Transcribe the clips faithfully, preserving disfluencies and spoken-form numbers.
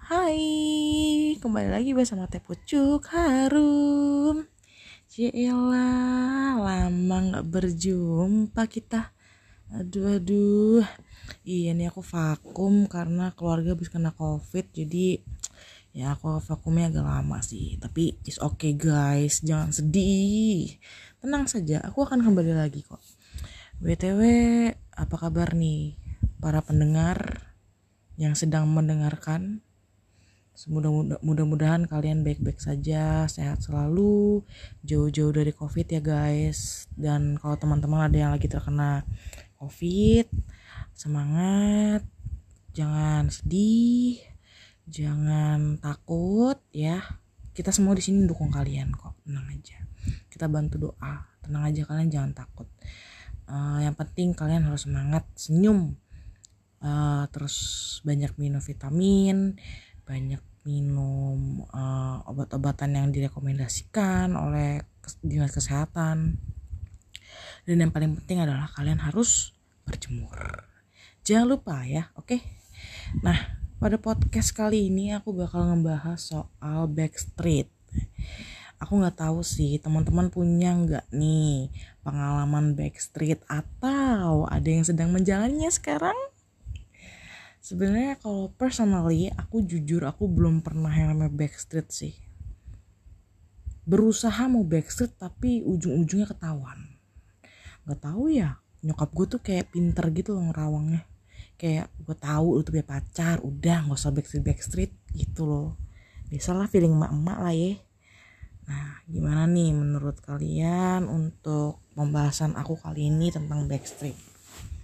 Hai, kembali lagi bersama Teh Pucuk Harum. Yelah, lama gak berjumpa kita. Aduh, aduh. Iya nih aku vakum karena keluarga habis kena covid. Jadi ya aku vakumnya agak lama sih. Tapi it's okay guys, jangan sedih. Tenang saja, aku akan kembali lagi kok. B T W, apa kabar nih para pendengar yang sedang mendengarkan? Mudah-mudahan kalian baik-baik saja, sehat selalu, jauh-jauh dari covid ya guys. Dan kalau teman-teman ada yang lagi terkena covid, semangat, jangan sedih, jangan takut ya. Kita semua di sini dukung kalian kok, tenang aja. Kita bantu doa, tenang aja, kalian jangan takut. Uh, yang penting kalian harus semangat, senyum, uh, terus banyak minum vitamin, banyak minum uh, obat-obatan yang direkomendasikan oleh dinas kesehatan. Dan yang paling penting adalah kalian harus berjemur. Jangan lupa ya, oke? Okay? Nah, pada podcast kali ini aku bakal ngebahas soal Backstreet. Aku nggak tahu sih teman-teman punya nggak nih pengalaman Backstreet atau ada yang sedang menjalaninya sekarang? Sebenarnya kalau personally aku jujur aku belum pernah yang namanya Backstreet sih. Berusaha mau Backstreet tapi ujung-ujungnya ketahuan. Gak tahu ya, nyokap gue tuh kayak pinter gitu loh ngerawangnya. Kayak gue tahu lu tuh punya pacar, udah nggak usah Backstreet Backstreet gitu loh. Biasalah feeling emak-emak lah ya. Nah, gimana nih menurut kalian untuk pembahasan aku kali ini tentang Backstreet?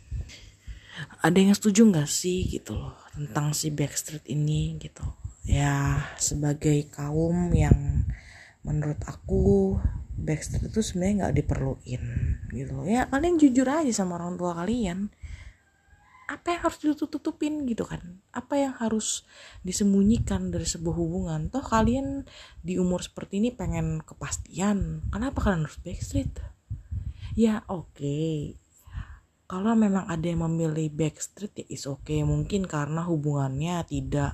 Ada yang setuju gak sih gitu loh tentang si Backstreet ini gitu. Ya sebagai kaum yang menurut aku Backstreet itu sebenarnya gak diperluin gitu loh. Ya kalian jujur aja sama orang tua kalian. Apa yang harus ditutup-tutupin gitu kan. Apa yang harus disembunyikan dari sebuah hubungan. Toh kalian di umur seperti ini pengen kepastian. Kenapa kalian harus Backstreet? Ya oke okay. Kalau memang ada yang memilih Backstreet ya is oke okay. Mungkin karena hubungannya tidak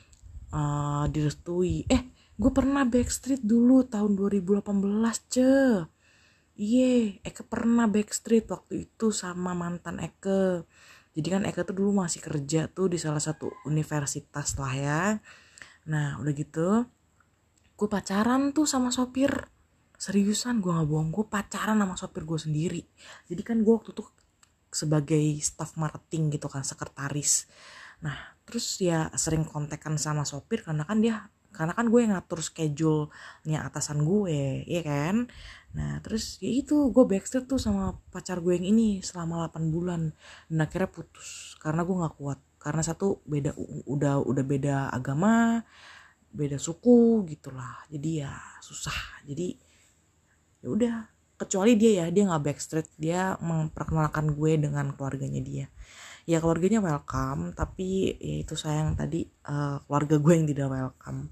uh, direstui. Eh gue pernah Backstreet dulu tahun dua ribu delapan belas ce. Iya Eke pernah Backstreet waktu itu sama mantan Eke. Jadi kan Eke tuh dulu masih kerja tuh di salah satu universitas lah ya. Nah udah gitu gue pacaran tuh sama sopir. Seriusan gue gak bohong, gue pacaran sama sopir gue sendiri. Jadi kan gue waktu itu sebagai staff marketing gitu kan, sekretaris. Nah terus ya sering kontekan sama sopir karena kan dia karena kan gue yang ngatur schedule-nya atasan gue, ya kan. Nah terus ya itu gue Backstreet tuh sama pacar gue yang ini selama delapan bulan dan akhirnya putus karena gue nggak kuat karena satu beda udah udah beda agama, beda suku gitulah. Jadi ya susah. Jadi ya udah, kecuali dia ya dia nggak Backstreet, dia memperkenalkan gue dengan keluarganya dia. Ya keluarganya welcome, tapi ya itu sayang tadi uh, keluarga gue yang tidak welcome.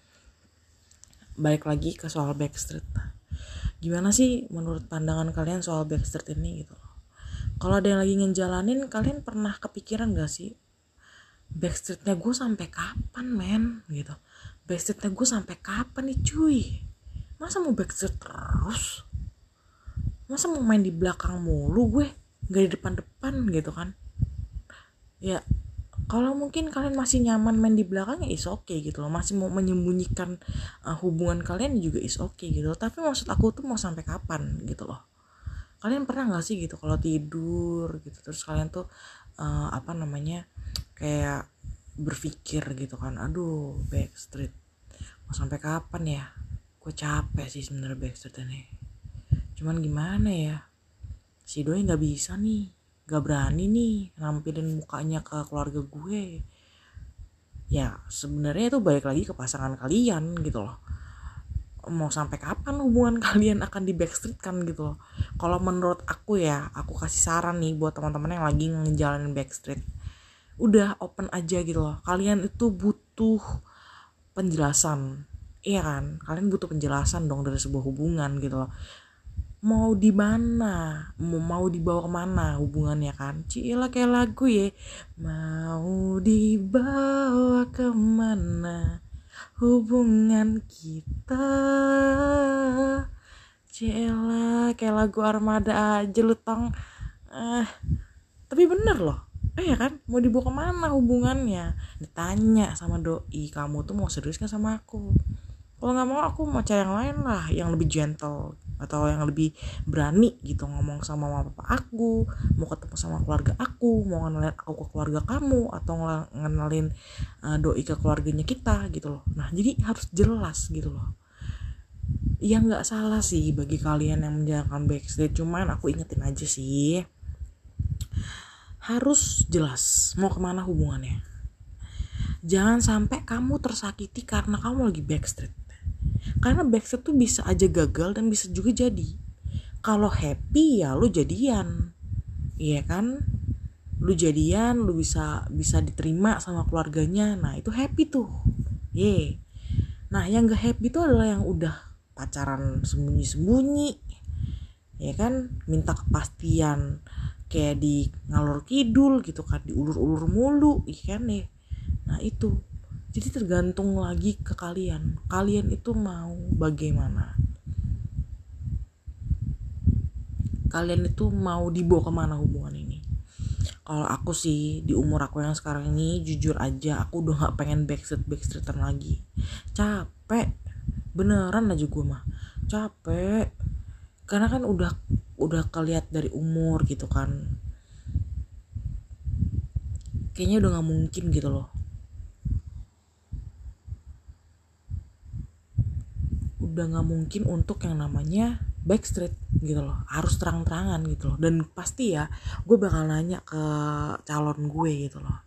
Balik lagi ke soal Backstreet. Gimana sih menurut pandangan kalian soal Backstreet ini gitu? Kalau ada yang lagi ngejalanin, kalian pernah kepikiran gak sih Backstreetnya gue sampai kapan men gitu? Backstreetnya gue sampai kapan nih cuy? Masa mau Backstreet terus? Masa mau main di belakang mulu gue, gak di depan-depan gitu kan? Ya kalau mungkin kalian masih nyaman main di belakang ya is oke okay gitu loh, masih mau menyembunyikan uh, hubungan kalian juga is oke okay gitu loh. Tapi maksud aku tuh mau sampai kapan gitu loh. Kalian pernah gak sih gitu kalau tidur gitu terus kalian tuh uh, apa namanya kayak berpikir gitu kan, aduh Backstreet mau sampai kapan ya? Gue capek sih sebenarnya Backstreet ini. Cuman gimana ya, si doi nggak bisa nih, nggak berani nih nampilin mukanya ke keluarga gue. Ya sebenarnya itu balik lagi ke pasangan kalian gitu loh. Mau sampai kapan hubungan kalian akan di Backstreet kan gitu loh. Kalau menurut aku ya, aku kasih saran nih buat teman-teman yang lagi ngejalanin Backstreet, udah open aja gitu loh. Kalian itu butuh penjelasan, iya kan? Kalian butuh penjelasan dong dari sebuah hubungan gitu loh. mau di mana, mau, mau dibawa kemana hubungannya kan. Cila kayak lagu ya, mau dibawa kemana hubungan kita. Cila kayak lagu Armada aja lu tong. eh, tapi bener loh, eh ya kan, mau dibawa kemana hubungannya. Ditanya sama doi, kamu tuh mau serius gak sama aku? Kalau nggak mau, aku mau cari yang lain lah, yang lebih gentle atau yang lebih berani gitu ngomong sama mama papa aku, mau ketemu sama keluarga aku, mau ngenalin aku ke keluarga kamu, atau ngenalin uh, doi ke keluarganya kita gitu loh. Nah jadi harus jelas gitu loh. Ya nggak salah sih bagi kalian yang menjalankan backstreet, cuman aku ingetin aja sih, harus jelas mau kemana hubungannya. Jangan sampai kamu tersakiti karena kamu lagi backstreet. Karena backstreet tuh bisa aja gagal dan bisa juga jadi. Kalau happy ya lu jadian, iya kan? Lu jadian, lu bisa bisa diterima sama keluarganya. Nah itu happy tuh, ye. Nah yang gak happy tuh adalah yang udah pacaran sembunyi-sembunyi, ya kan? Minta kepastian kayak di ngalor kidul gitu kan, diulur-ulur mulu, iya kan ya. Nah itu. Jadi tergantung lagi ke kalian. Kalian itu mau bagaimana? Kalian itu mau dibawa kemana hubungan ini? Kalau aku sih di umur aku yang sekarang ini, jujur aja aku udah gak pengen backstreet backstreetan lagi. Capek. Beneran aja gue mah. Capek. Karena kan udah udah keliat dari umur gitu kan. Kayaknya udah gak mungkin gitu loh. Udah gak mungkin untuk yang namanya backstreet gitu loh, harus terang-terangan gitu loh. Dan pasti ya gue bakal nanya ke calon gue gitu loh,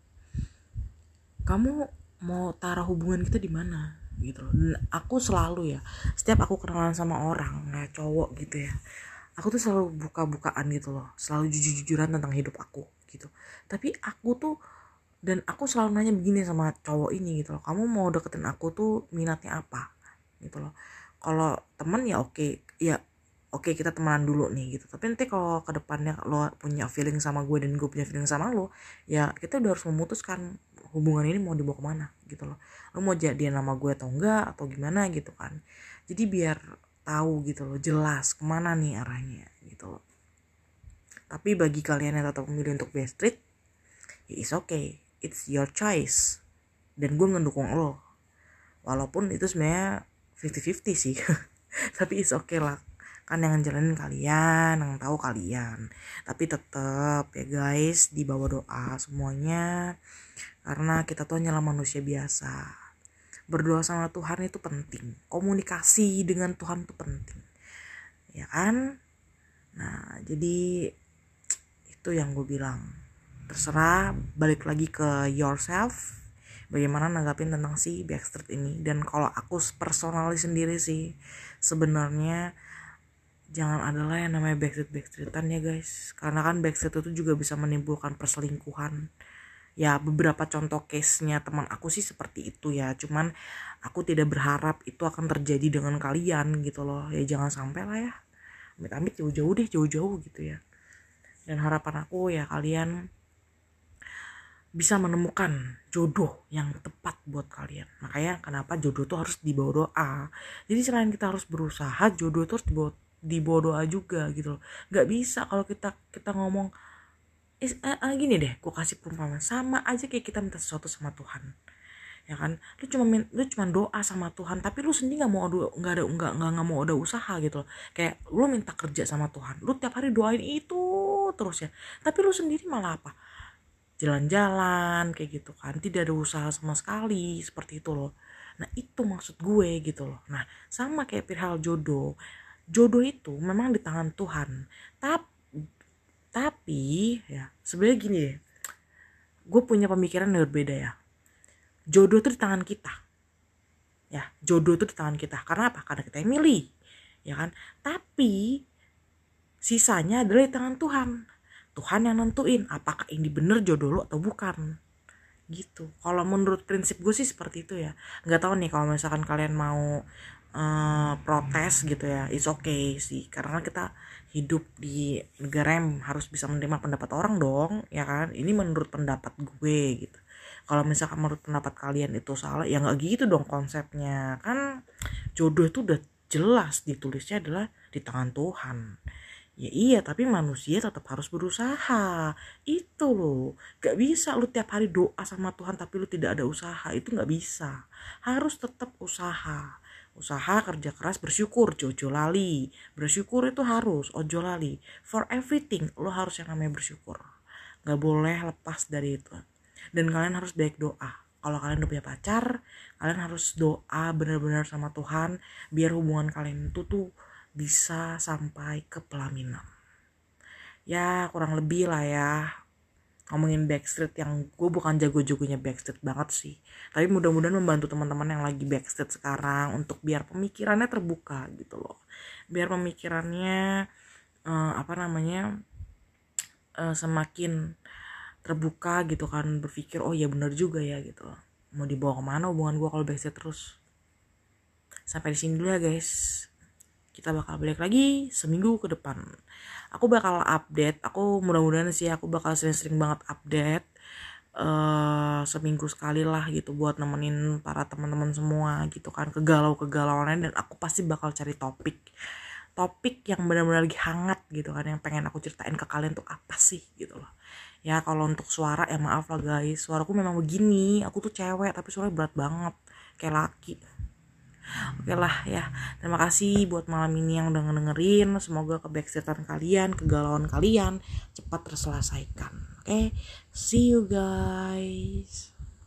kamu mau taruh hubungan kita di mana gitu loh. Dan aku selalu ya, setiap aku kenalan sama orang kayak cowok gitu ya, aku tuh selalu buka-bukaan gitu loh, selalu jujur-jujuran tentang hidup aku gitu. Tapi aku tuh, dan aku selalu nanya begini sama cowok ini gitu loh, kamu mau deketin aku tuh minatnya apa gitu loh. Kalau teman ya oke, ya oke kita temenan dulu nih gitu. Tapi nanti kalau kedepannya lo punya feeling sama gue dan gue punya feeling sama lo, ya kita udah harus memutuskan hubungan ini mau dibawa kemana gitu loh. Lo mau jadian sama gue atau enggak atau gimana gitu kan. Jadi biar tahu gitu loh, jelas kemana nih arahnya gitu loh. Tapi bagi kalian yang tetap memilih untuk backstreet, ya it's okay, it's your choice. Dan gue ngedukung lo, walaupun itu sebenarnya fifty-fifty sih. Tapi it's okay lah, kan yang ngejalanin kalian, yang tahu kalian. Tapi tetap ya guys, dibawa doa semuanya, karena kita tuh hanyalah manusia biasa. Berdoa sama Tuhan itu penting, komunikasi dengan Tuhan itu penting, ya kan. Nah jadi itu yang gue bilang, terserah, balik lagi ke yourself, bagaimana nanggapin tentang si backstreet ini. Dan kalau aku personally sendiri sih, sebenarnya jangan adalah yang namanya backstreet backstreetan ya guys, karena kan backstreet itu juga bisa menimbulkan perselingkuhan. Ya beberapa contoh case-nya teman aku sih seperti itu ya, cuman aku tidak berharap itu akan terjadi dengan kalian gitu loh. Ya jangan sampai lah ya, amit-amit jauh-jauh deh, jauh-jauh gitu ya. Dan harapan aku ya kalian bisa menemukan jodoh yang tepat buat kalian. Makanya kenapa jodoh tuh harus dibawa doa. Jadi selain kita harus berusaha, jodoh tuh harus dibawa, dibawa doa juga gitu loh. Gak bisa kalau kita kita ngomong eh, eh, gini deh, gue kasih perumpamaan, sama aja kayak kita minta sesuatu sama Tuhan, ya kan. Lu cuma lu cuma doa sama Tuhan, tapi lu sendiri nggak mau ada nggak ada nggak nggak nggak mau ada usaha gitu loh. Kayak lu minta kerja sama Tuhan, lu tiap hari doain itu terus ya, tapi lu sendiri malah apa, jalan-jalan kayak gitu kan, tidak ada usaha sama sekali, seperti itu loh. Nah itu maksud gue gitu loh. Nah sama kayak perihal jodoh, jodoh itu memang di tangan Tuhan, tapi tapi ya sebenarnya gini deh, gue punya pemikiran yang berbeda ya. Jodoh itu di tangan kita, ya jodoh itu di tangan kita. Karena apa? Karena kita yang milih, ya kan. Tapi sisanya adalah di tangan Tuhan. Tuhan yang nentuin apakah ini bener jodoh lo atau bukan, gitu. Kalau menurut prinsip gue sih seperti itu ya. Nggak tahu nih kalau misalkan kalian mau uh, protes gitu ya, it's okay sih, karena kita hidup di negara yang harus bisa menerima pendapat orang dong, ya kan. Ini menurut pendapat gue gitu. Kalau misalkan menurut pendapat kalian itu salah, ya nggak gitu dong konsepnya. Kan jodoh itu udah jelas ditulisnya adalah di tangan Tuhan. Ya iya, tapi manusia tetap harus berusaha. Itu loh. Gak bisa lu tiap hari doa sama Tuhan tapi lu tidak ada usaha. Itu gak bisa. Harus tetap usaha. Usaha, kerja keras, bersyukur. Jojo lali. Bersyukur itu harus. Ojo lali. For everything lu harus yang namanya bersyukur. Gak boleh lepas dari itu. Dan kalian harus baik doa. Kalau kalian udah punya pacar, kalian harus doa benar-benar sama Tuhan biar hubungan kalian itu tuh bisa sampai ke pelaminan. Ya kurang lebih lah ya. Ngomongin Backstreet, yang gue bukan jago-jagonya Backstreet banget sih, tapi mudah-mudahan membantu teman-teman yang lagi Backstreet sekarang untuk biar pemikirannya terbuka gitu loh. Biar pemikirannya uh, apa namanya uh, semakin terbuka gitu kan, berpikir oh ya benar juga ya gitu loh. Mau dibawa kemana hubungan gue kalau Backstreet terus. Sampai di sini dulu ya guys. Kita bakal balik lagi seminggu ke depan. Aku bakal update. Aku mudah-mudahan sih aku bakal sering-sering banget update. Uh, seminggu sekali lah gitu buat nemenin para teman-teman semua gitu kan, kegalau-kegalauannya. Dan aku pasti bakal cari topik. Topik yang benar-benar lagi hangat gitu kan, yang pengen aku ceritain ke kalian tuh apa sih gitu loh. Ya kalau untuk suara ya maaf lah guys. Suaraku memang begini. Aku tuh cewek tapi suaranya berat banget. Kayak laki. Oke lah ya, terima kasih buat malam ini yang udah ngedengerin. Semoga kebackstreetan kalian, kegalauan kalian cepat terselesaikan. Oke, see you guys.